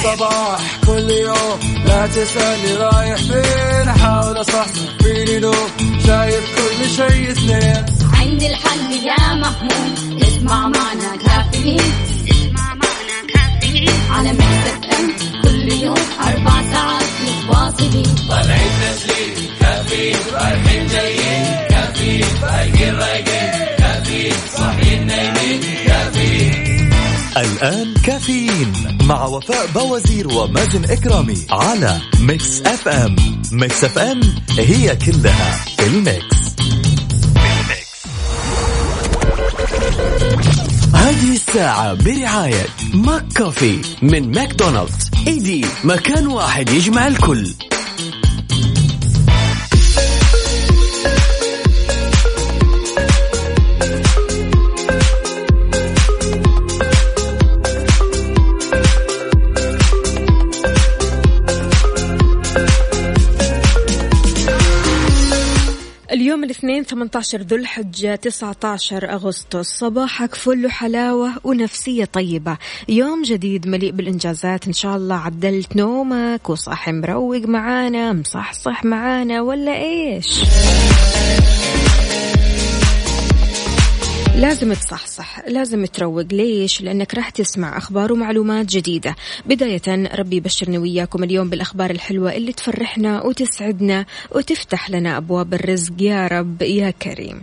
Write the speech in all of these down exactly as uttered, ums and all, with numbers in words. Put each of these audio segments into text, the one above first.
الصباح كل يوم، لا تسألني رايح فين، أحاول أصحصح فيني لو شايف كل شيء اثنين. عندي الحل يا محمود، اسمع معنا كافيين، اسمع معنا كافيين على ميكس اف ام كل يوم أربع ساعات متواصلين. طالعين تسليم كافيين، رايحين جايين كافيين، فايقين رايقين كافيين، صاحيين نايمين كافيين. الآن كافيين مع وفاء بوازير ومازن إكرامي على ميكس اف ام. ميكس اف ام هي كلها الميكس. هذه الساعة برعاية ماك كوفي من ماكدونالدز. ايدي مكان واحد يجمع الكل. اليوم الاثنين ثمانية عشر ذو الحجة تسعة عشر أغسطس. صباحك فل حلاوة ونفسية طيبة، يوم جديد مليء بالإنجازات إن شاء الله. عدلت نومك وصاحي مروق معانا، مصحصح معانا ولا إيش؟ لازم تصحصح، لازم تروق. ليش؟ لأنك راح تسمع أخبار ومعلومات جديدة. بداية ربي يبشرني وياكم اليوم بالأخبار الحلوة اللي تفرحنا وتسعدنا وتفتح لنا أبواب الرزق يا رب يا كريم.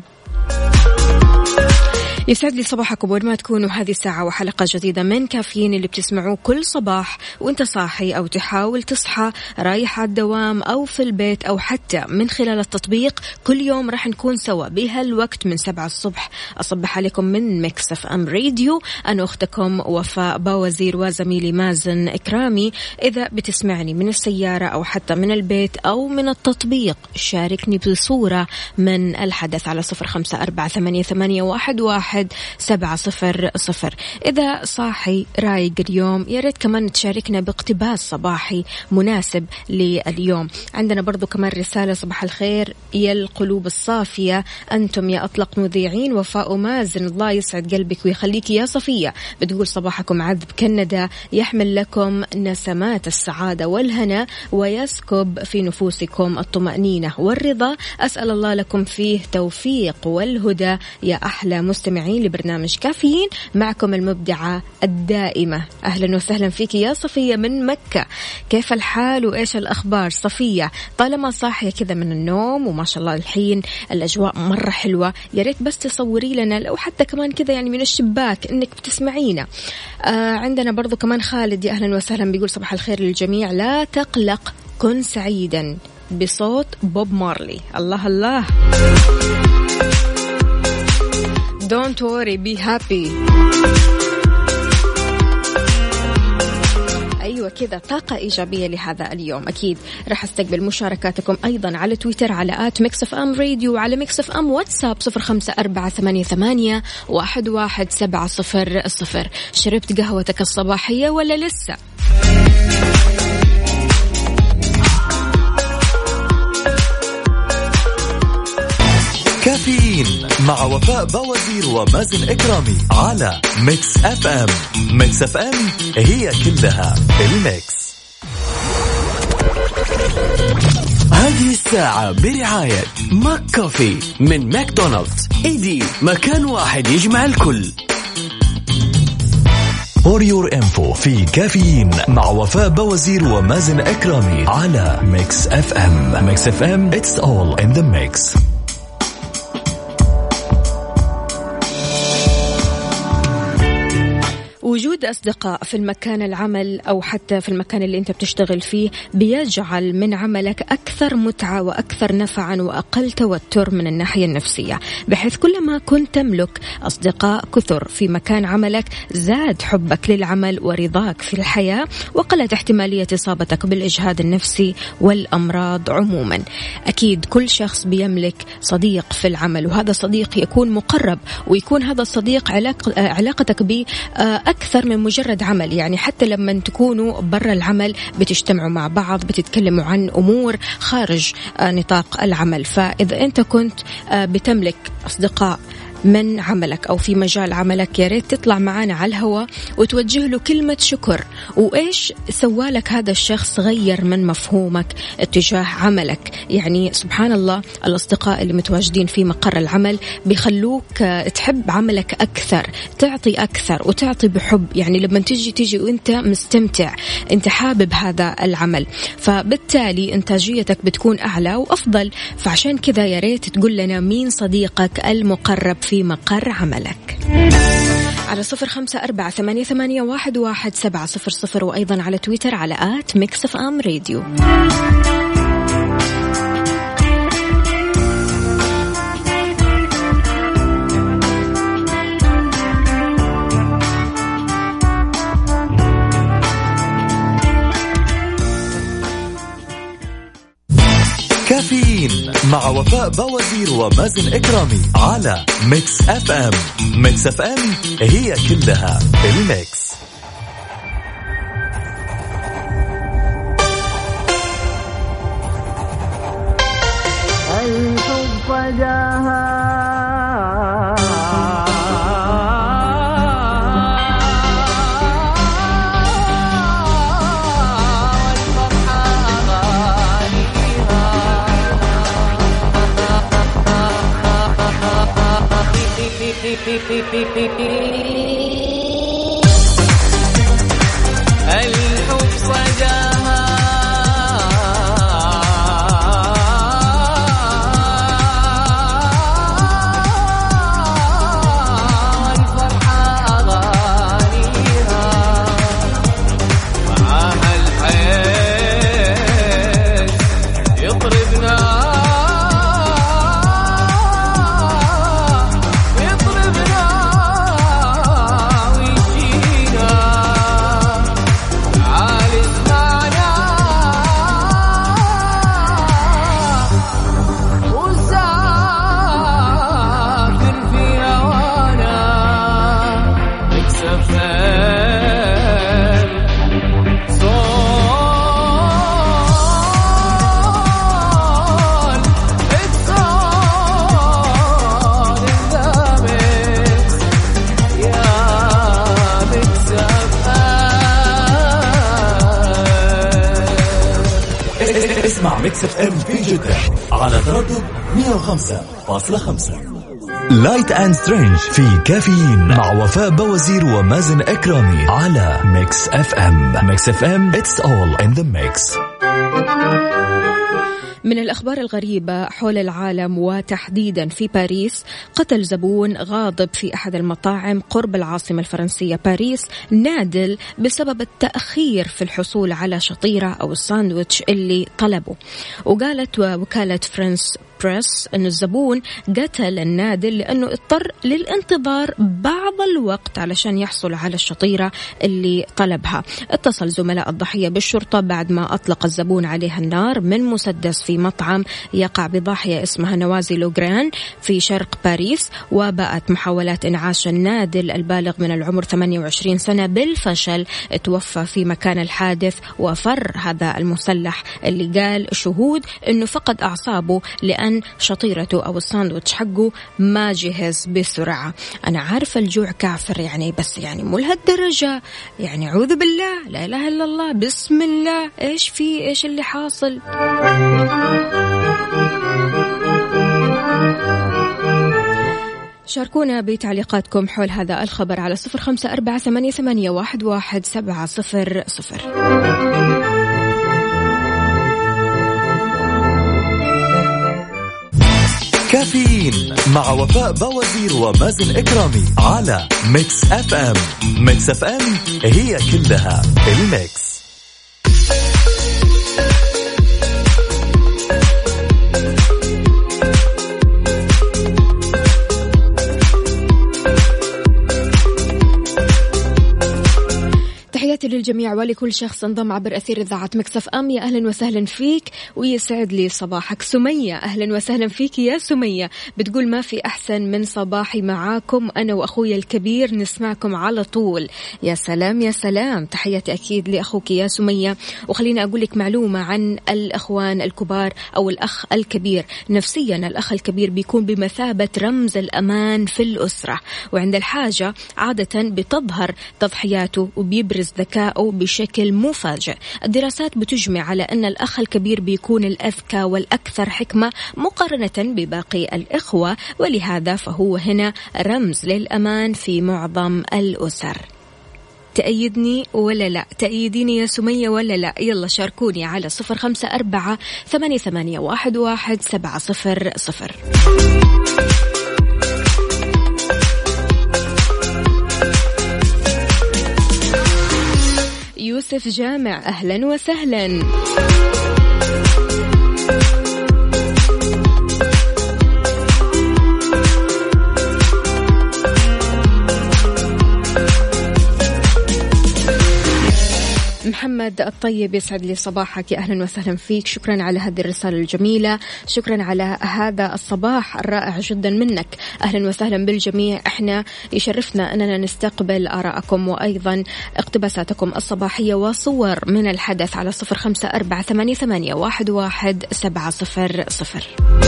يسعد لي صباحكم وين ما تكونوا. هذه ساعة وحلقة جديدة من كافيين اللي بتسمعوه كل صباح وانت صاحي أو تحاول تصحى، رايح على الدوام أو في البيت أو حتى من خلال التطبيق. كل يوم راح نكون سوا بهالوقت من سبعة الصبح. أصبح عليكم من ميكس اف ام راديو، أنا أختكم وفاء بوازير وزميلي مازن إكرامي. إذا بتسمعني من السيارة أو حتى من البيت أو من التطبيق، شاركني بصورة من الحدث على صفر خمسة أربعة ثمانية ثمانية واحد واحد سبعة صفر صفر. إذا صاحي رايق اليوم يا ريت كمان تشاركنا باقتباس صباحي مناسب لليوم. عندنا برضو كمان رسالة: صباح الخير يا القلوب الصافية، أنتم يا أطلق مذيعين وفاء ومازن، الله يسعد قلبك ويخليك يا صفية. بتقول صباحكم عذب كندا يحمل لكم نسمات السعادة والهنا ويسكب في نفوسكم الطمأنينة والرضا. أسأل الله لكم فيه توفيق والهدى يا أحلى مستمعين لبرنامج كافيين، معكم المبدعة الدائمة. أهلا وسهلا فيك يا صفية من مكة. كيف الحال وإيش الأخبار صفية؟ طالما صاحية كذا من النوم وما شاء الله الحين الأجواء مرة حلوة، يا ريت بس تصوري لنا لو حتى كمان كذا يعني من الشباك إنك بتسمعينا. آه عندنا برضو كمان خالد، يا أهلا وسهلا، بيقول صباح الخير للجميع، لا تقلق كن سعيدا، بصوت بوب مارلي. الله الله. Don't worry, be happy. أيوة كذا، طاقة إيجابية لهذا اليوم. أكيد راح استقبل مشاركاتكم أيضا على تويتر على آت ميكس اف ام راديو، وعلى ميكس اف ام واتساب صفر خمسة أربعة ثمانية ثمانية واحد واحد سبعة صفر صفر. شربت قهوتك الصباحية ولا لسه؟ كافيين مع وفاء بوازير ومازن إكرامي على ميكس اف ام. ميكس اف ام هي كلها الميكس. هذه الساعة برعاية ماك كوفي من ماكدونالدز. ايدي مكان واحد يجمع الكل. For your info في كافيين مع وفاء بوازير ومازن إكرامي على ميكس اف ام. ميكس اف ام it's all in the mix. وجود أصدقاء في المكان العمل أو حتى في المكان اللي أنت بتشتغل فيه بيجعل من عملك أكثر متعة وأكثر نفعا وأقل توتر من الناحية النفسية، بحيث كلما كنت تملك أصدقاء كثر في مكان عملك زاد حبك للعمل ورضاك في الحياة، وقلت احتمالية إصابتك بالإجهاد النفسي والأمراض عموما. أكيد كل شخص بيملك صديق في العمل، وهذا صديق يكون مقرب، ويكون هذا الصديق علاق... علاقتك به أكثر من مجرد عمل. يعني حتى لما تكونوا برا العمل بتجتمعوا مع بعض، بتتكلموا عن أمور خارج نطاق العمل. فإذا أنت كنت بتملك أصدقاء من عملك أو في مجال عملك، يا ريت تطلع معنا على الهواء وتوجه له كلمة شكر، وإيش سوالك هذا الشخص غير من مفهومك اتجاه عملك. يعني سبحان الله الأصدقاء اللي متواجدين في مقر العمل بيخلوك تحب عملك أكثر، تعطي أكثر وتعطي بحب. يعني لما تيجي تيجي وانت مستمتع، انت حابب هذا العمل، فبالتالي انتاجيتك بتكون أعلى وأفضل. فعشان كذا يا ريت تقول لنا مين صديقك المقرب في مقر عملك على صفر خمسة أربعة ثمانية ثمانية واحد واحد سبعة صفر صفر، وأيضا على تويتر على آت ميكس أف أم راديو. كافيين مع وفاء بوازير ومازن إكرامي على ميكس أف أم. ميكس أف أم هي كلها الميكس. الحب فجاها الحب صداها والفرحة أغانيها معاها الحياة يطربنا اسمع ميكس اف ام في جدة على تردد مية وخمسة فاصلة خمسة. لايت اند سترينج في كافيين مع وفاء بوازير ومازن إكرامي على ميكس اف ام. ميكس اف ام it's all in the mix. من الأخبار الغريبة حول العالم وتحديدا في باريس، قتل زبون غاضب في أحد المطاعم قرب العاصمة الفرنسية باريس نادل بسبب التأخير في الحصول على شطيرة أو الساندويتش اللي طلبه. وقالت وكالة فرنس بريس أن الزبون قتل النادل لأنه اضطر للانتظار بعض الوقت علشان يحصل على الشطيرة اللي طلبها. اتصل زملاء الضحية بالشرطة بعد ما أطلق الزبون عليها النار من مسدس في مطعم يقع بضاحية اسمها نوازي لوغران في شرق باريس، وباءت محاولات إنعاش النادل البالغ من العمر ثمانية وعشرين سنة بالفشل. توفى في مكان الحادث، وفر هذا المسلح اللي قال شهود أنه فقد أعصابه لأن شطيرته أو الساندويتش حقه ما جهز بسرعة. أنا عارفة الجوع كافر يعني، بس يعني مو لهالدرجة يعني. أعوذ بالله، لا إله إلا الله، بسم الله، إيش في إيش اللي حاصل؟ شاركونا بتعليقاتكم حول هذا الخبر على صفر خمسة أربعة ثمانية ثمانية واحد واحد سبعة صفر صفر. كافيين مع وفاء بوازير ومازن إكرامي على ميكس أف أم. ميكس أف أم هي كلها الميكس. تحياتي للجميع ولكل شخص انضم عبر أثير إذاعة مكسف أم. يا أهلا وسهلا فيك ويسعد لي صباحك. سمية أهلا وسهلا فيك يا سمية، بتقول ما في أحسن من صباحي معاكم أنا وأخوي الكبير نسمعكم على طول. يا سلام يا سلام، تحياتي أكيد لأخوك يا سمية. وخلينا أقول لك معلومة عن الأخوان الكبار أو الأخ الكبير. نفسيا الأخ الكبير بيكون بمثابة رمز الأمان في الأسرة، وعند الحاجة عادة بتظهر تضحياته وبيبرز ذكائه بشكل مفاجئ. الدراسات بتجمع على أن الأخ الكبير بيكون الأذكى والأكثر حكمة مقارنة بباقي الإخوة، ولهذا فهو هنا رمز للأمان في معظم الأسر. تأيدني ولا لا؟ تأيديني يا سمية ولا لا؟ يلا شاركوني على صفر خمسة أربعة ثمانية ثمانية واحد واحد سبعة صفر صفر. يوسف جامع أهلا وسهلا. محمد الطيب يسعد لي صباحك، يا أهلا وسهلا فيك. شكرا على هذه الرسالة الجميلة، شكرا على هذا الصباح الرائع جدا منك. أهلا وسهلا بالجميع. احنا يشرفنا أننا نستقبل آراءكم وأيضا اقتباساتكم الصباحية وصور من الحدث على صفر خمسة أربعة ثمانية ثمانية واحد واحد سبعة صفر صفر.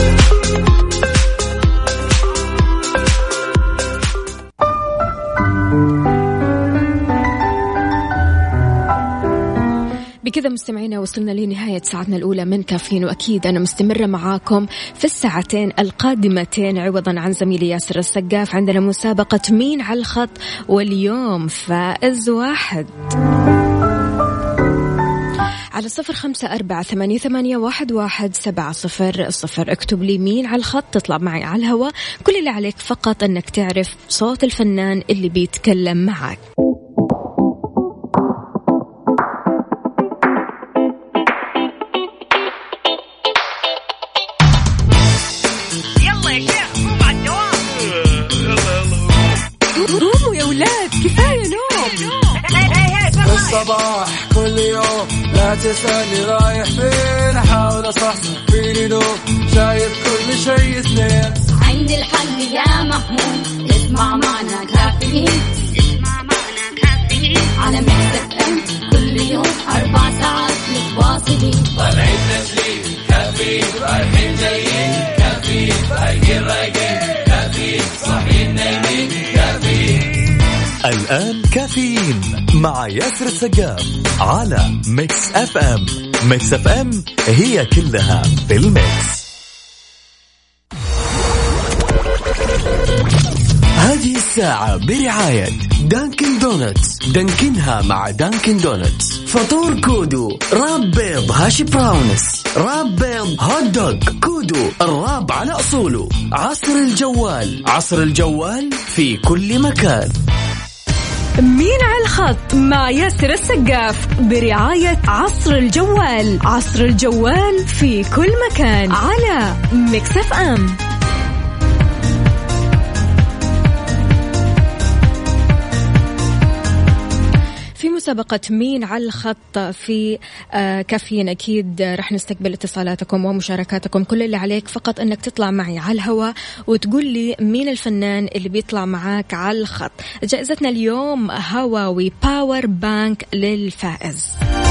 بكذا مستمعينا وصلنا لنهاية ساعتنا الأولى من كافيين، وأكيد أنا مستمرة معاكم في الساعتين القادمتين. عوضا عن زميلي ياسر السقاف عندنا مسابقة مين على الخط، واليوم فائز واحد. على صفر خمسة أربعة ثمانية ثمانية واحد واحد سبعة صفر صفر اكتب لي مين على الخط تطلع معي على الهواء. كل اللي عليك فقط أنك تعرف صوت الفنان اللي بيتكلم معك. قوموا يا ولاد كفاية نوم. الصباح كل يوم لا تسألني رايح فين، أحاول أصحصح فيني نوم شايف كل شيء سنين. عندي الحل يا محمود، اسمع معنا كافيين، اسمع معنا كافيين على ميكس اف ام كل يوم أربع ساعات متواصلين. طالعين تسليم كافيين، رايحين جايين كافيين، فايقين رايقين كافيين، صاحيين نايمين كافيين. الآن كافيين مع ياسر السقاف على ميكس اف ام. ميكس اف ام هي كلها بالميكس. هذه الساعة برعاية دانكن دونتس. دانكنها مع دانكن دونتس. فطور كودو، راب بيض هاشي براونس، راب بيض هوت دوغ، كودو الراب على أصوله. عصر الجوال، عصر الجوال في كل مكان. مين على الخط مع ياسر السقاف برعاية عصر الجوال. عصر الجوال في كل مكان على ميكس اف ام. في مسابقة مين على الخط في آه كافيين أكيد رح نستقبل اتصالاتكم ومشاركاتكم. كل اللي عليك فقط أنك تطلع معي على الهواء وتقول لي مين الفنان اللي بيطلع معاك على الخط. جائزتنا اليوم هواوي باور بانك للفائز.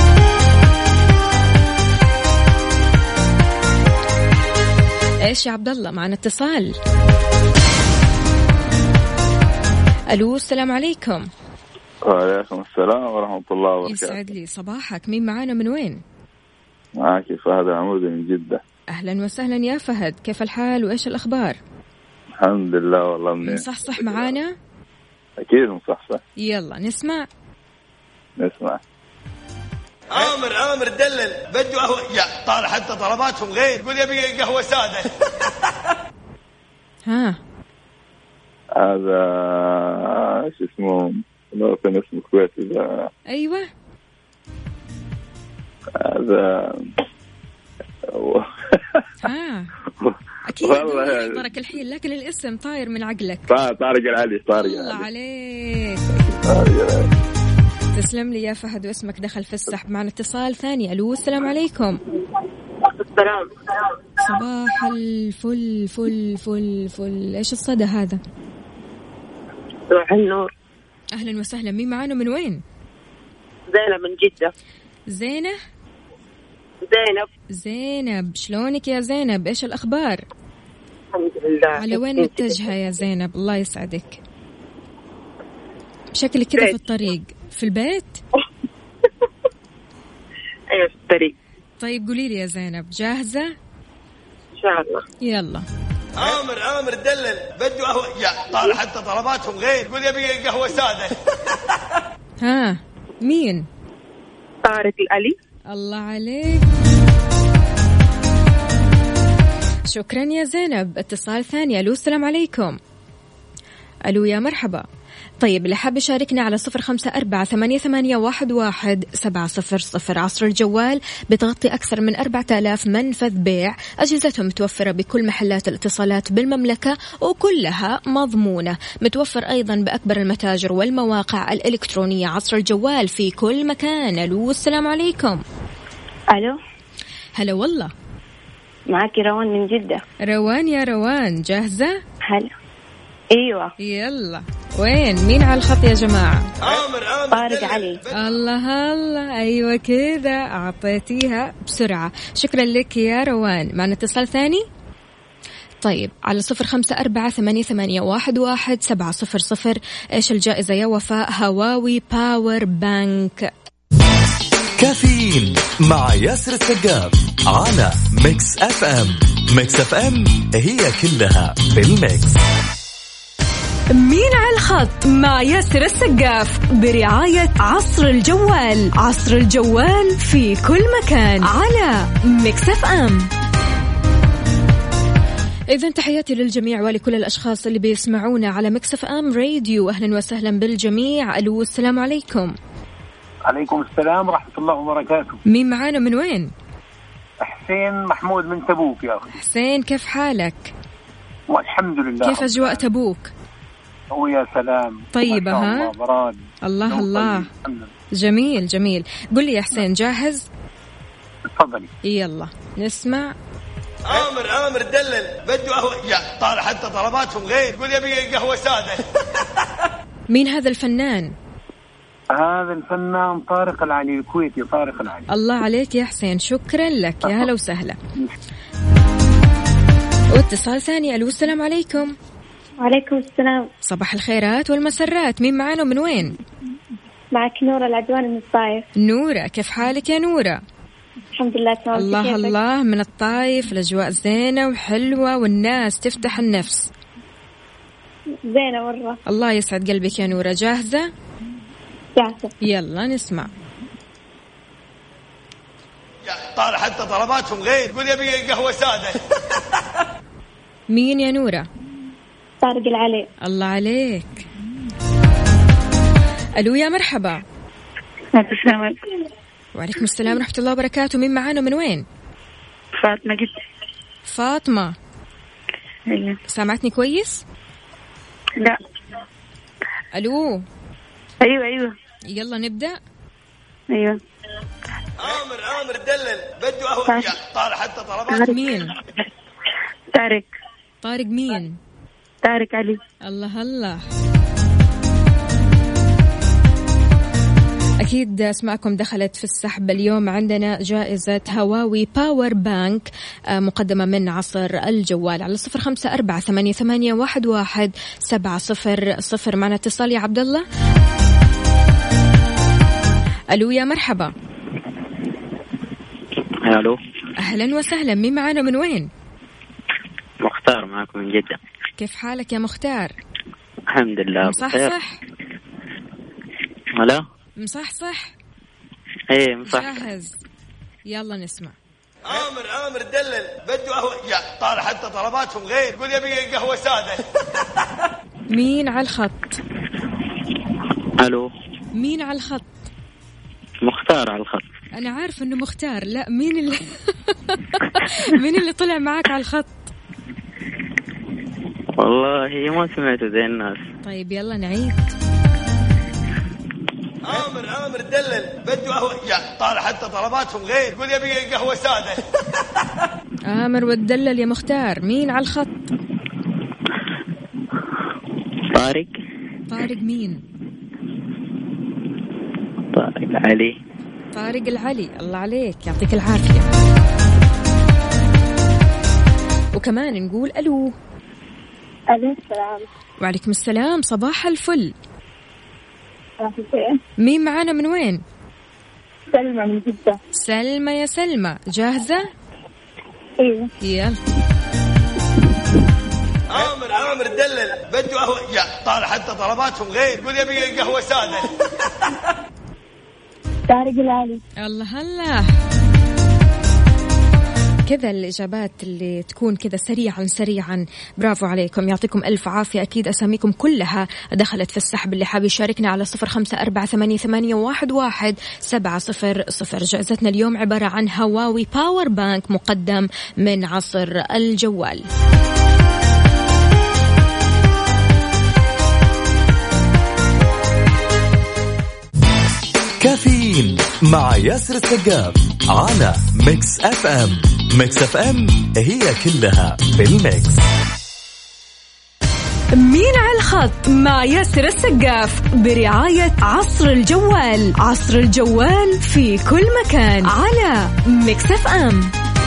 إيش يا عبد الله معنا اتصال. ألو السلام عليكم. وعليكم السلام ورحمة الله وبركاته. يسعد لي صباحك. مين معانا من وين؟ معك فهد عمودي من جدة. أهلا وسهلا يا فهد، كيف الحال وإيش الأخبار؟ الحمد لله والله منيح. مصحصح معانا؟ أكيد مصحصح. يلا نسمع. نسمع. عامر عامر دلل بده قهوة، يا طالع حتى طلباتهم غير، يقول يبي قهوة سادة. ها هذا ايش اسمه؟ لو كان اسمه كويتي ذا. ايوه هذا ها اكيد والله يحضرك الحين، لكن الاسم طاير من عقلك. طارق العلي. طارق الله عليك. تسلم لي يا فهد، واسمك دخل في السحب. معنا اتصال ثاني. ألو السلام عليكم. السلام. صباح الفل فل فل فل. إيش الصدى هذا؟ صباح النور. أهلا وسهلا. مين معانا من وين؟ زينب من جدة. زينة؟ زينب. زينب، شلونك يا زينب؟ إيش الأخبار؟ الحمد لله. على وين متجهة يا زينب؟ الله يسعدك. شكلك كذا في الطريق. في البيت؟ أيوة في الطريق. طيب قولي لي يا زينب، جاهزة؟ إن شاء الله. يلا. عامر عامر دلل بدو قهوة. يا طالع حتى طلباتهم غير. يقول يبي قهوة سادة. ها مين؟ طارق الألي. الله عليك. شكرا يا زينب. اتصال ثاني. ألو السلام عليكم. ألو يا مرحبا. طيب اللي حاب يشاركنا على صفر خمسة أربعة ثمانية ثمانية واحد واحد سبعة صفر صفر. عصر الجوال بتغطي أكثر من أربعة آلاف منفذ بيع، أجهزتهم متوفرة بكل محلات الاتصالات بالمملكة وكلها مضمونة. متوفر أيضا بأكبر المتاجر والمواقع الإلكترونية. عصر الجوال في كل مكان. ألو السلام عليكم. ألو. هلا والله. معك روان من جدة. روان يا روان، جاهزة؟ هلا. ايوه يلا. وين مين على الخط يا جماعة؟ عامر عامر طارق علي. الله الله، ايوه كذا اعطيتيها بسرعة. شكرا لك يا روان. معنا اتصال ثاني. طيب على صفر خمسة أربعة ثمانية ثمانية واحد واحد سبعة صفر صفر. ايش الجائزة يا وفاء؟ هواوي باور بانك. كافيين مع ياسر السقاف على ميكس اف ام. ميكس اف ام هي كلها بالميكس. مين على الخط مع ياسر السقاف برعاية عصر الجوال. عصر الجوال في كل مكان على ميكس اف ام. إذن تحياتي للجميع ولكل الأشخاص اللي بيسمعونا على ميكس اف ام راديو. أهلا وسهلا بالجميع. ألو السلام عليكم. عليكم السلام ورحمة الله وبركاته. مين معانا من وين؟ حسين محمود من تبوك يا أخي. حسين كيف حالك؟ والحمد لله. كيف أجواء تبوك؟ ويا سلام. طيبة ها؟ الله, الله الله. جميل جميل. قل لي يا حسين، جاهز؟ تفضلي. يلا نسمع. عامر عامر دلل بدو قهوة. يا طالع حتى طلباتهم غير. يقول يبي قهوة سادة. مين هذا الفنان؟ هذا الفنان طارق العلي الكويتي. طارق العلي. الله عليك يا حسين، شكرا لك. يا هلا وسهلا. واتصال ثاني. ألو السلام عليكم. وعليكم السلام. صباح الخيرات والمسرات. مين معانا من وين؟ معك نورة العدوان من الطايف. نورة كيف حالك يا نورة؟ الحمد لله تمام. الله كيفك؟ الله من الطايف. الأجواء زينة وحلوة والناس تفتح النفس. زينة مرة. الله يسعد قلبك يا نورة. جاهزة؟ جاهزة. يلا نسمع. يا طالع حتى طلباتهم غير. يقول يبي قهوة سادة. مين يا نورة؟ طارق العلي. الله عليك. ألو يا مرحبا. السلام عليكم. وعليكم السلام ورحمة الله وبركاته. مين معانا من وين؟ فاطمة جدا. فاطمة. أيوة. سامعتني كويس؟ لا. ألو. أيوة أيوة. يلا نبدأ. أيوة. عامر عامر دلل بدو قهوة. يا طالع حتى طلباتهم. مين؟ طارق. طارق مين؟ طارق علي. الله الله. أكيد أسماءكم دخلت في السحب. اليوم عندنا جائزة هواوي باور بانك مقدمة من عصر الجوال على صفر خمسة أربعة ثمانية ثمانية واحد واحد سبعة صفر صفر. معنا اتصال يا عبد الله. ألو يا مرحبا. ألو. أهلا وسهلا. مين معانا من وين؟ مختار معكم من جدة. كيف حالك يا مختار؟ الحمد لله. مصحصح؟ هلا. مصحصح؟ ايه مصحصح. جاهز. يلا نسمع. عامر عامر دلل بدو قهوة. يا طالع حتى طلباتهم غير. يقول يبي قهوة سادة. مين على الخط؟ ألو. مين على الخط؟ مختار على الخط. أنا عارف إنه مختار. لا مين اللي مين اللي طلع معاك على الخط؟ والله ما سمعته زي الناس. طيب يلا نعيد. عامر عامر دلل بده قهوة يا طالع حتى طلباتهم غير يقول يبي قهوة سادة. عامر والدلل يا مختار. مين على الخط؟ طارق. طارق مين؟ طارق العلي. طارق العلي. الله عليك يعطيك العافية. وكمان نقول ألو. ألو السلام. وعليكم السلام صباح الفل. مين معانا من وين؟ سلمى من جدة. سلمى يا سلمى جاهزة؟ ايوه يلا. عامر عامر دلل بده قهوة يا طالع حتى طلباتهم غير يقول يبي قهوة سادة. طارق العلي. الله هلا. كذا الإجابات اللي تكون كذا سريعا سريعا. برافو عليكم يعطيكم ألف عافية. أكيد أساميكم كلها دخلت في السحب. اللي حاب يشاركنا على صفر خمسة أربعة ثمانية ثمانية واحد واحد سبعة صفر صفر. جائزتنا اليوم عبارة عن هواوي باور بانك مقدم من عصر الجوال. كافيين مع ياسر السقاف على ميكس اف ام. ميكس اف ام هي كلها بالميكس. مين على الخط مع ياسر السقاف برعاية عصر الجوال. عصر الجوال في كل مكان على ميكس اف ام.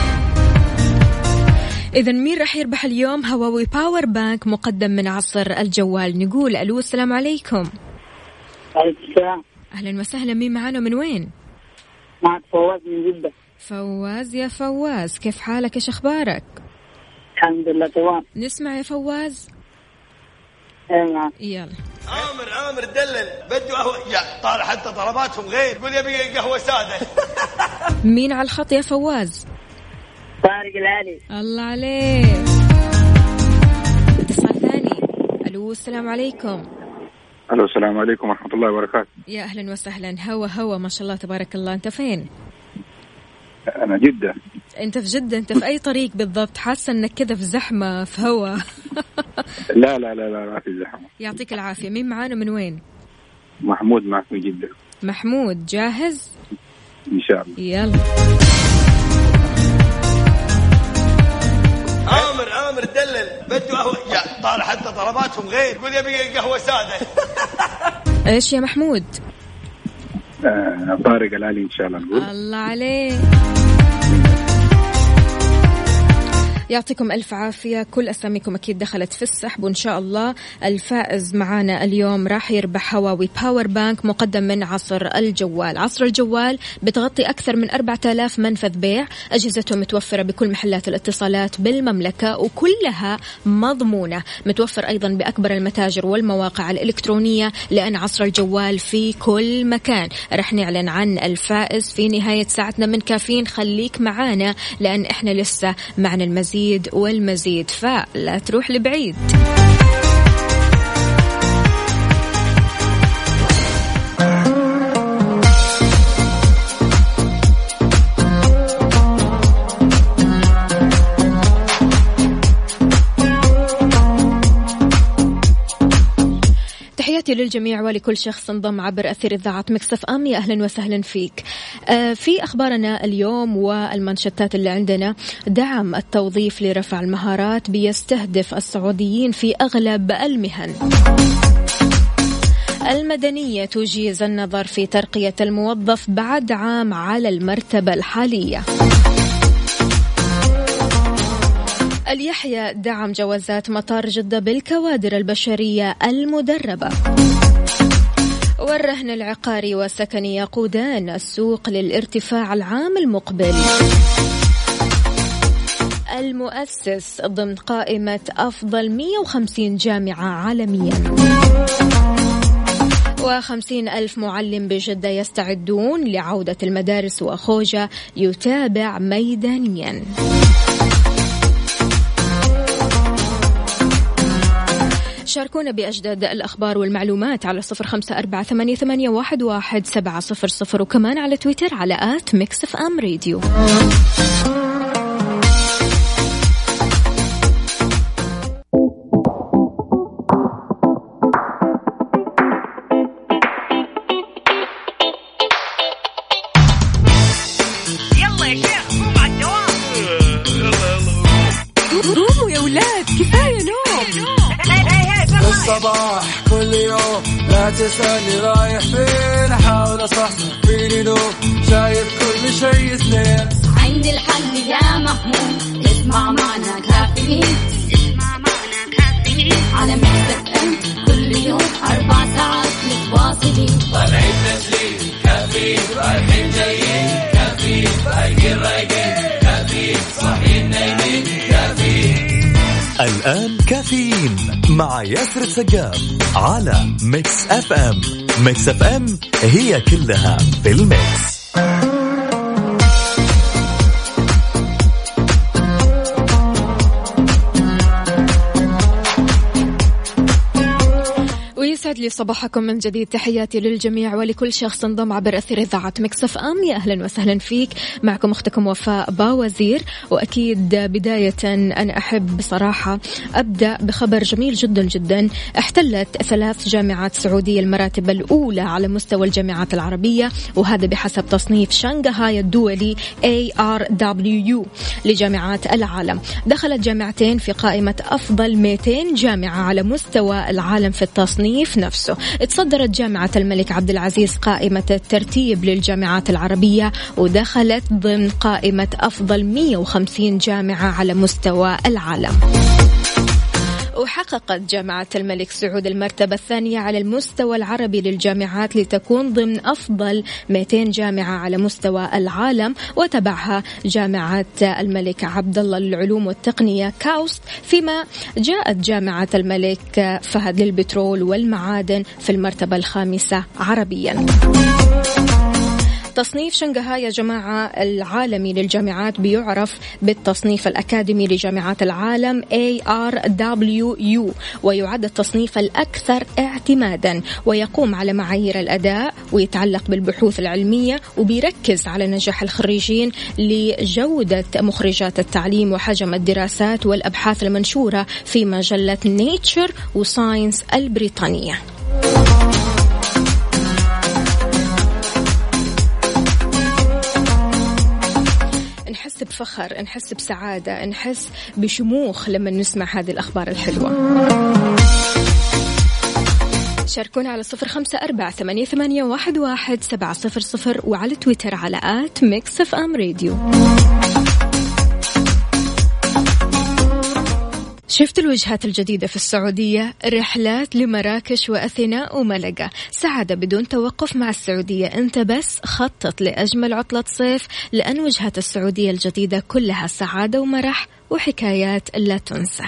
إذن مين رح يربح اليوم هواوي باور بانك مقدم من عصر الجوال؟ نقول ألو السلام عليكم. عليكم السلام. أهلا وسهلا. مين معانا من وين؟ معك فواز من جدة. فواز يا فواز كيف حالك؟ إيش أخبارك؟ الحمد لله تمام. نسمع يا فواز. ايه يلا. عامر عامر دلل بده قهوة يا طالع حتى طلباتهم غير يقول يبي قهوة سادة. مين على الخط يا فواز؟ طارق العلي. الله عليك. اتصال ثاني. ألو السلام عليكم. ألو السلام عليكم ورحمة الله وبركاته. يا أهلا وسهلا. هوا هوا ما شاء الله تبارك الله. أنت فين؟ أنا جدة. أنت في جدة. أنت في أي طريق بالضبط؟ حاسة أنك كذا في زحمة في هوا. لا لا لا لا ما في زحمة. يعطيك العافية. مين معانا من وين؟ محمود معك من جدة. محمود جاهز؟ إن شاء الله. يلا. عامر عامر دلل بده قهوة يا طالع حتى طلباتهم غير يقول يبي قهوة سادة. إيش يا محمود؟ آه طارق العلي إن شاء الله نقول. الله عليك. يعطيكم ألف عافية. كل أساميكم أكيد دخلت في السحب وإن شاء الله الفائز معانا اليوم راح يربح هواوي باور بانك مقدم من عصر الجوال. عصر الجوال بتغطي أكثر من أربعة آلاف منفذ بيع. أجهزته متوفرة بكل محلات الاتصالات بالمملكة وكلها مضمونة. متوفر أيضا بأكبر المتاجر والمواقع الإلكترونية لأن عصر الجوال في كل مكان. رح نعلن عن الفائز في نهاية ساعتنا من كافيين. خليك معانا لأن إحنا لسه معنا المزيد والمزيد فلا تروح لبعيد. تحياتي للجميع ولكل شخص انضم عبر أثير إذاعة ميكس اف ام. يا أهلا وسهلا فيك. آه في أخبارنا اليوم والمنشطات اللي عندنا. دعم التوظيف لرفع المهارات بيستهدف السعوديين في أغلب المهن. المدنية تجيز النظر في ترقية الموظف بعد عام على المرتبة الحالية. اليحيى دعم جوازات مطار جدة بالكوادر البشرية المدربة. والرهن العقاري والسكني يقودان السوق للارتفاع العام المقبل. المؤسس ضمن قائمة أفضل مئة وخمسين جامعة عالميا. وخمسين ألف معلم بجدة يستعدون لعودة المدارس وخوجة يتابع ميدانيا. شاركونا بأجدد الأخبار والمعلومات على صفر خمسة أربعة ثمانية ثمانية واحد واحد سبعة صفر صفر وكمان على تويتر على آت ميكس اف ام راديو. لا تسألني رايح فين أحاول أصحصح فيني لو شايف كل شيء سنين عندي الحل يا محمود اسمع معنا كافيين اسمع معنا كافيين على ميكس اف ام كل يوم أربع ساعات متواصلين طالعين تسليم كافيين رايحين جايين كافيين فايقين رايقين كافيين صاحيين نايمين كافيين. الآن كافيين مع ياسر السقاف على ميكس اف ام. ميكس اف ام هي كلها في الميكس. يسعد لي صباحكم من جديد. تحياتي للجميع ولكل شخص انضم عبر أثير إذاعة ميكس اف ام. يا أهلا وسهلا فيك. معكم أختكم وفاء باوزير. وأكيد بداية أنا أحب بصراحة أبدأ بخبر جميل جدا جدا. احتلت ثلاث جامعات سعودية المراتب الأولى على مستوى الجامعات العربية، وهذا بحسب تصنيف شنغهاي الدولي إيه آر دبليو يو لجامعات العالم. دخلت جامعتين في قائمة أفضل مئتين جامعة على مستوى العالم في التصنيف نفسه. اتصدرت جامعة الملك عبد العزيز قائمة الترتيب للجامعات العربية، ودخلت ضمن قائمة أفضل مئة وخمسين جامعة على مستوى العالم. وحققت جامعة الملك سعود المرتبة الثانية على المستوى العربي للجامعات لتكون ضمن أفضل مئتين جامعة على مستوى العالم، وتبعها جامعة الملك عبدالله للعلوم والتقنية كاوست، فيما جاءت جامعة الملك فهد للبترول والمعادن في المرتبة الخامسة عربيا. تصنيف شنغهاي يا جماعة العالمي للجامعات بيعرف بالتصنيف الأكاديمي لجامعات العالم إيه آر دبليو يو، ويعد التصنيف الأكثر اعتمادا، ويقوم على معايير الأداء ويتعلق بالبحوث العلمية، وبيركز على نجاح الخريجين لجودة مخرجات التعليم وحجم الدراسات والأبحاث المنشورة في مجلة نيتشر وساينس البريطانية. نحس بفخر، نحس بسعادة، نحس بشموخ لما نسمع هذه الأخبار الحلوة. شاركونا على صفر خمسة أربعة ثمانية ثمانية واحد واحد سبعة صفر صفر، وعلى تويتر على آت ميكس اف ام راديو. شفت الوجهات الجديدة في السعودية؟ رحلات لمراكش وأثينا وملقا، سعادة بدون توقف مع السعودية. أنت بس خطط لأجمل عطلة صيف، لأن وجهات السعودية الجديدة كلها سعادة ومرح وحكايات لا تنسى.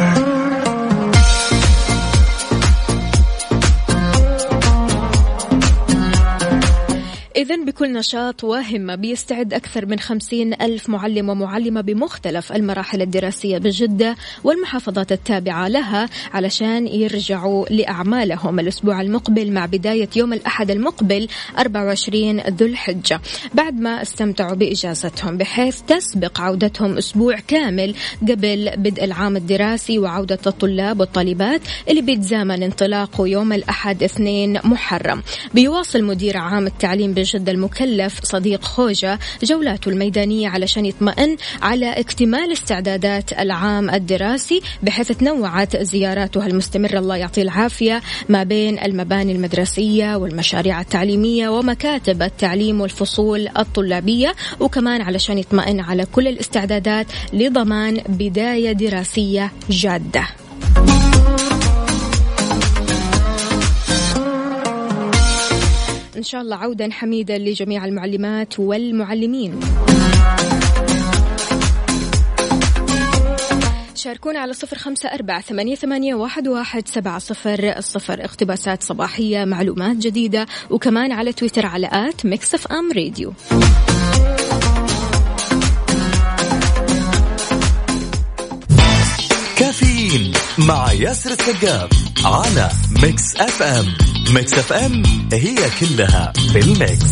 إذن بكل نشاط وهمة بيستعد أكثر من خمسين ألف معلم ومعلمة بمختلف المراحل الدراسية بجدة والمحافظات التابعة لها علشان يرجعوا لأعمالهم الأسبوع المقبل مع بداية يوم الأحد المقبل أربعة وعشرين ذو الحجة، بعد ما استمتعوا بإجازتهم، بحيث تسبق عودتهم أسبوع كامل قبل بدء العام الدراسي وعودة الطلاب والطالبات اللي بيتزامن انطلاقه يوم الأحد اثنين محرم. بيواصل مدير عام التعليم جدة المكلف صديق خوجة جولاته الميدانية علشان يطمئن على اكتمال استعدادات العام الدراسي، بحيث تنوعت زياراته المستمرة الله يعطيه العافية ما بين المباني المدرسية والمشاريع التعليمية ومكاتب التعليم والفصول الطلابية، وكمان علشان يطمئن على كل الاستعدادات لضمان بداية دراسية جادة. إن شاء الله عودا حميدا لجميع المعلمات والمعلمين. شاركونا على صفر خمسة أربعة ثمانية ثمانية واحد واحد سبعة صفر صفر. اقتباسات صباحية، معلومات جديدة، وكمان على تويتر على آت ميكس اف ام راديو. كافيين مع ياسر السقاف على ميكس اف ام. ميكس اف ام هي كلها في الميكس.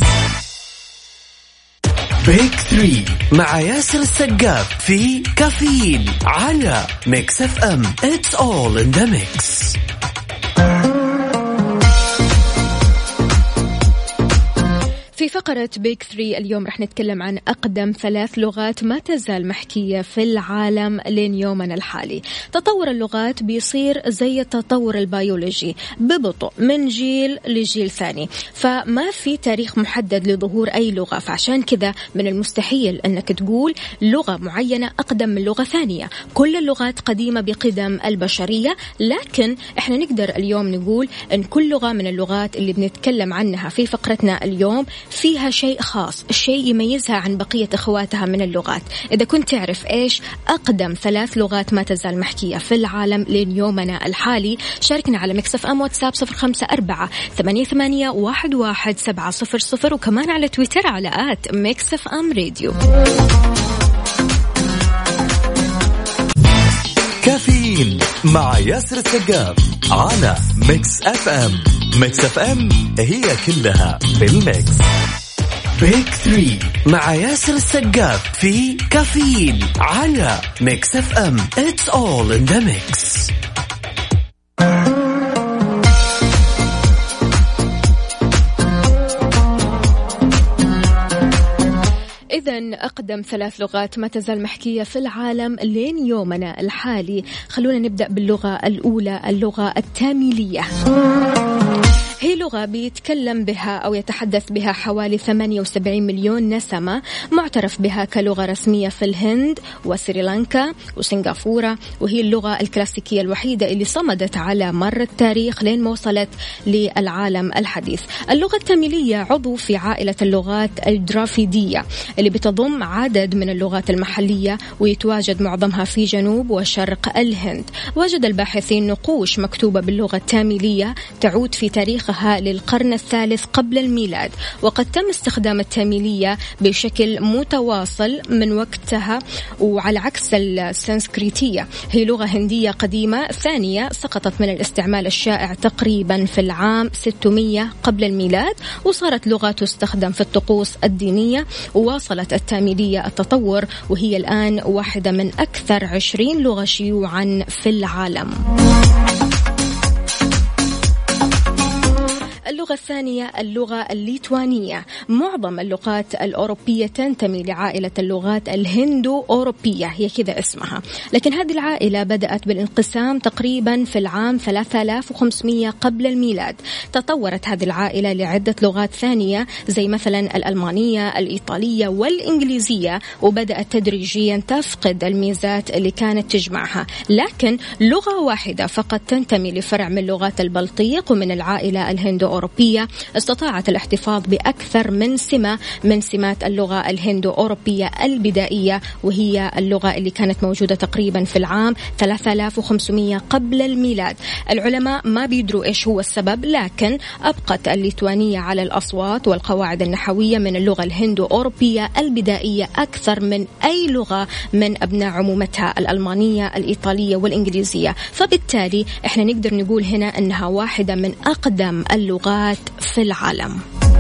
بريك ثري مع ياسر السقاف في كافيين على ميكس اف ام. It's all in the mix. في في فقرة بيك ثري اليوم رح نتكلم عن أقدم ثلاث لغات ما تزال محكية في العالم لين يومنا الحالي. تطور اللغات بيصير زي التطور البيولوجي ببطء من جيل لجيل ثاني، فما في تاريخ محدد لظهور أي لغة، فعشان كذا من المستحيل أنك تقول لغة معينة أقدم من لغة ثانية. كل اللغات قديمة بقدم البشرية، لكن احنا نقدر اليوم نقول أن كل لغة من اللغات اللي بنتكلم عنها في فقرتنا اليوم فيها شيء خاص، الشيء يميزها عن بقية أخواتها من اللغات. إذا كنت تعرف إيش أقدم ثلاث لغات ما تزال محكية في العالم لين يومنا الحالي، شاركنا على ميكس اف ام واتساب صفر خمسة أربعة ثمانية ثمانية واحد واحد سبعة صفر صفر، وكمان على تويتر على آت ميكس اف ام راديو. كافيين مع ياسر السقاف على ميكس اف ام. ميكس اف ام هي كلها في الميكس. بريك ثري مع ياسر السقاف في كافيين على ميكس اف ام. It's all in the mix. إذن أقدم ثلاث لغات ما تزال محكية في العالم لين يومنا الحالي. خلونا نبدأ باللغة الأولى، اللغة التاميلية. هي لغة بيتكلم بها أو يتحدث بها حوالي ثمانية وسبعين مليون نسمة، معترف بها كلغة رسمية في الهند وسريلانكا وسنغافورة، وهي اللغة الكلاسيكية الوحيدة اللي صمدت على مر التاريخ لين ما وصلت للعالم الحديث. اللغة التاميلية عضو في عائلة اللغات الدرافيدية اللي بتضم عدد من اللغات المحلية، ويتواجد معظمها في جنوب وشرق الهند. وجد الباحثين نقوش مكتوبة باللغة التاميلية تعود في تاريخها للقرن الثالث قبل الميلاد، وقد تم استخدام التاميلية بشكل متواصل من وقتها، وعلى عكس السنسكريتية هي لغة هندية قديمة ثانية سقطت من الاستعمال الشائع تقريبا في العام ستمائة قبل الميلاد، وصارت لغة تستخدم في الطقوس الدينية. وواصلت التاميلية التطور، وهي الآن واحدة من أكثر عشرين لغة شيوعا في العالم. اللغة الثانية اللغة الليتوانية. معظم اللغات الأوروبية تنتمي لعائلة اللغات الهندو أوروبية، هي كذا اسمها، لكن هذه العائلة بدأت بالانقسام تقريبا في العام ثلاثة آلاف وخمسمائة قبل الميلاد. تطورت هذه العائلة لعدة لغات ثانية زي مثلا الألمانية، الإيطالية والإنجليزية، وبدأت تدريجيا تفقد الميزات اللي كانت تجمعها. لكن لغة واحدة فقط تنتمي لفرع من لغات البلطيق ومن العائلة الهندو أوروبية استطاعت الاحتفاظ بأكثر من سمة من سمات اللغة الهندو أوروبية البدائية، وهي اللغة اللي كانت موجودة تقريبا في العام ثلاثة آلاف وخمسمائة قبل الميلاد. العلماء ما بيدروا إيش هو السبب، لكن أبقت الليتوانية على الأصوات والقواعد النحوية من اللغة الهندو أوروبية البدائية أكثر من أي لغة من أبناء عمومتها الألمانية، الإيطالية والإنجليزية. فبالتالي إحنا نقدر نقول هنا أنها واحدة من أقدم اللغات في العالم.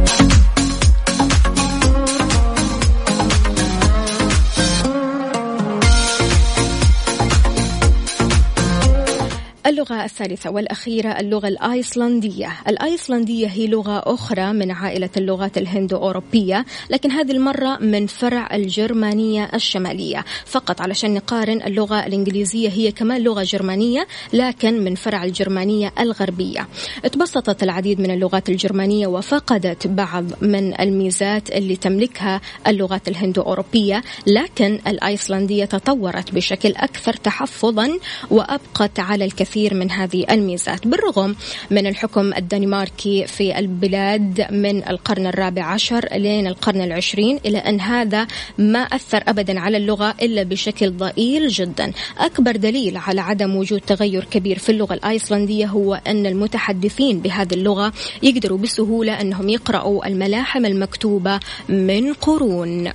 اللغة الثالثة والأخيرة اللغة الآيسلندية. الآيسلندية هي لغة أخرى من عائلة اللغات الهندو أوروبية، لكن هذه المرة من فرع الجرمانية الشمالية. فقط علشان نقارن، اللغة الإنجليزية هي كمان لغة جرمانية لكن من فرع الجرمانية الغربية. اتبسطت العديد من اللغات الجرمانية وفقدت بعض من الميزات اللي تملكها اللغات الهندو أوروبية، لكن الآيسلندية تطورت بشكل أكثر تحفظا وأبقت على الكثير من هذه الميزات. بالرغم من الحكم الدنماركي في البلاد من القرن الرابع عشر لين القرن العشرين، إلى أن هذا ما أثر أبدا على اللغة إلا بشكل ضئيل جدا. أكبر دليل على عدم وجود تغير كبير في اللغة الآيسلندية هو أن المتحدثين بهذه اللغة يقدروا بسهولة أنهم يقرأوا الملاحم المكتوبة من قرون.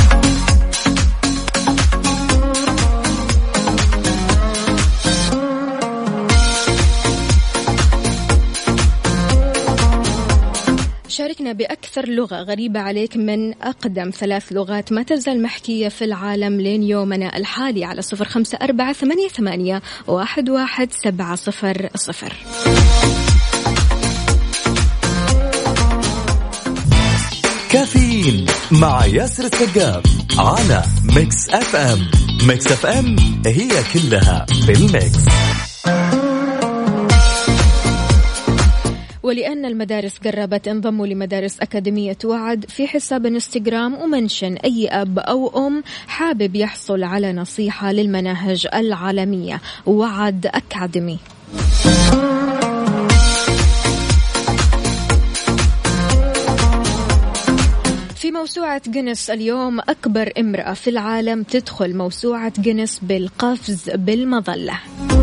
شاركنا بأكثر لغة غريبة عليك من أقدم ثلاث لغات ما تزال محكية في العالم لين يومنا الحالي على صفر خمسة أربعة ثمانية ثمانية واحد واحد سبعة صفر صفر. كافيين مع ياسر السقاف على ميكس اف ام. ميكس اف ام هي كلها بالميكس. ولأن المدارس قربت انضموا لمدارس أكاديمية وعد في حساب انستغرام ومنشن أي أب أو أم حابب يحصل على نصيحة للمناهج العالمية وعد أكاديمي. في موسوعة جينيس اليوم أكبر امرأة في العالم تدخل موسوعة جينيس بالقفز بالمظلة.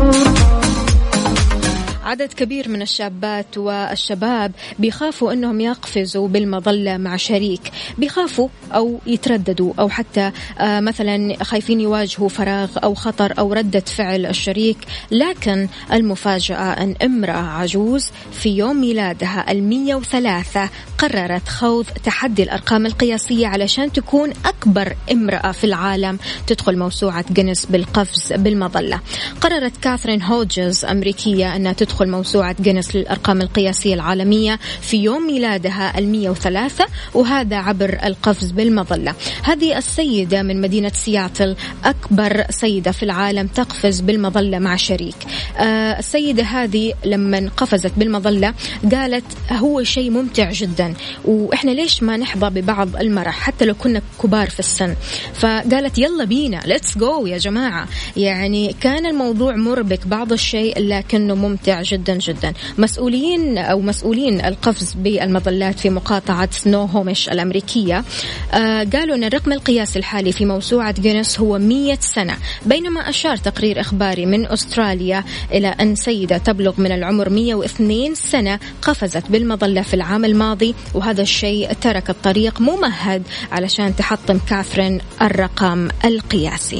عدد كبير من الشابات والشباب بيخافوا أنهم يقفزوا بالمظلة مع شريك، بيخافوا أو يترددوا أو حتى آه مثلا خايفين يواجهوا فراغ أو خطر أو ردة فعل الشريك. لكن المفاجأة أن امرأة عجوز في يوم ميلادها المية وثلاثة قررت خوض تحدي الأرقام القياسية علشان تكون أكبر امرأة في العالم تدخل موسوعة جينيس بالقفز بالمظلة. قررت كاثرين هوجز أمريكية أنها تدخل موسوعة جينيس للأرقام القياسية العالمية في يوم ميلادها المية وثلاثة، وهذا عبر القفز بالمظلة. هذه السيدة من مدينة سياتل أكبر سيدة في العالم تقفز بالمظلة مع شريك. آه السيدة هذه لما قفزت بالمظلة قالت هو شيء ممتع جدا، وإحنا ليش ما نحظى ببعض المرح حتى لو كنا كبار في السن. فقالت يلا بينا let's go يا جماعة. يعني كان الموضوع مربك بعض الشيء لكنه ممتع جدا جدا. مسؤولين أو مسؤولين القفز بالمظلات في مقاطعة سنو هومش الأمريكية آه قالوا أن الرقم القياسي الحالي في موسوعة جينيس هو مية سنة، بينما أشار تقرير إخباري من أستراليا إلى أن سيدة تبلغ من العمر مية واثنين سنة قفزت بالمظلة في العام الماضي، وهذا الشيء ترك الطريق ممهد علشان تحطم كاثرين الرقم القياسي.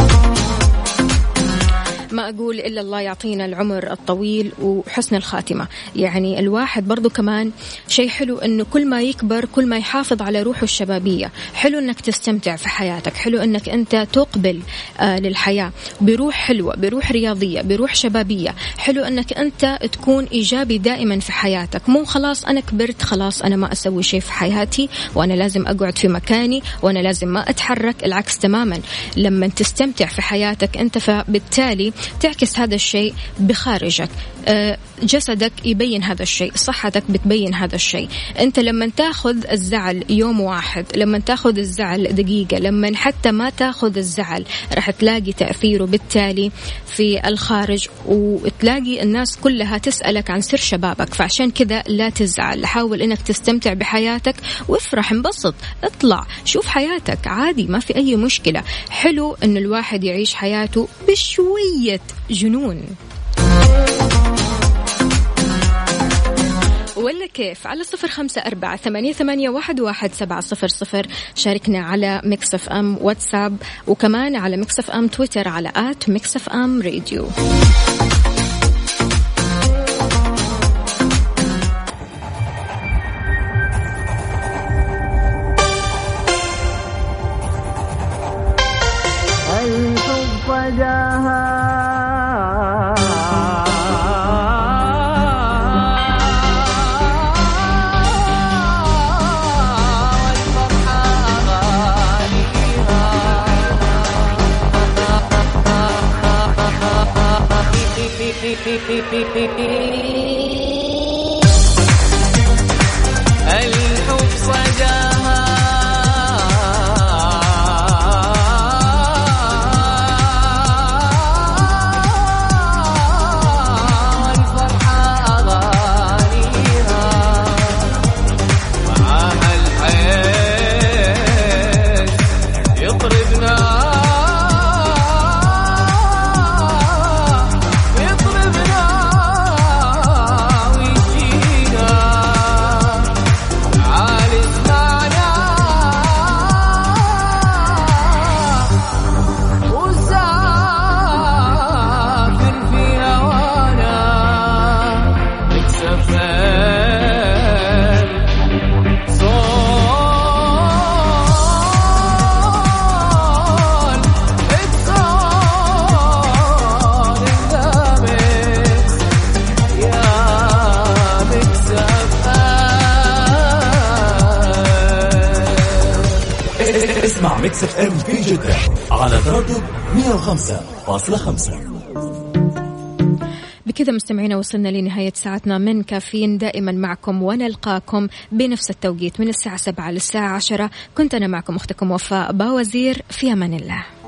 ما أقول إلا الله يعطينا العمر الطويل وحسن الخاتمة. يعني الواحد برضو كمان شيء حلو أنه كل ما يكبر كل ما يحافظ على روحه الشبابية. حلو أنك تستمتع في حياتك، حلو أنك أنت تقبل آه للحياة بروح حلوة، بروح رياضية، بروح شبابية. حلو أنك أنت تكون إيجابي دائما في حياتك، مو خلاص أنا كبرت خلاص أنا ما أسوي شيء في حياتي وأنا لازم أقعد في مكاني وأنا لازم ما أتحرك. العكس تماما، لما تستمتع في حياتك أنت فبالتالي تعكس هذا الشيء بخارجك. جسدك يبين هذا الشيء، صحتك بتبين هذا الشيء. أنت لما تأخذ الزعل يوم واحد، لما تأخذ الزعل دقيقة، لما حتى ما تأخذ الزعل راح تلاقي تأثيره بالتالي في الخارج، وتلاقي الناس كلها تسألك عن سر شبابك. فعشان كذا لا تزعل، حاول إنك تستمتع بحياتك وافرح، انبسط، اطلع شوف حياتك عادي، ما في أي مشكلة. حلو إن الواحد يعيش حياته بشوية جنون. ولا كيف؟ على صفر خمسة أربعة ثمانية ثمانية واحد واحد سبعة صفر صفر. شاركنا على ميكس اف ام واتساب، وكمان على ميكس اف ام تويتر على آت ميكس اف ام راديو. الحب صداها والفرحة أغانيها معاها الحياة يطربنا يطربنا اسمع ميكس اف ام في جدة على تردد مية وخمسة فاصلة خمسة. بكذا مستمعينا وصلنا لنهاية ساعتنا من كافيين، دائما معكم ونلقاكم بنفس التوقيت من الساعة سبعة للساعة عشرة. كنت أنا معكم أختكم وفاء باوزير، في أمان الله.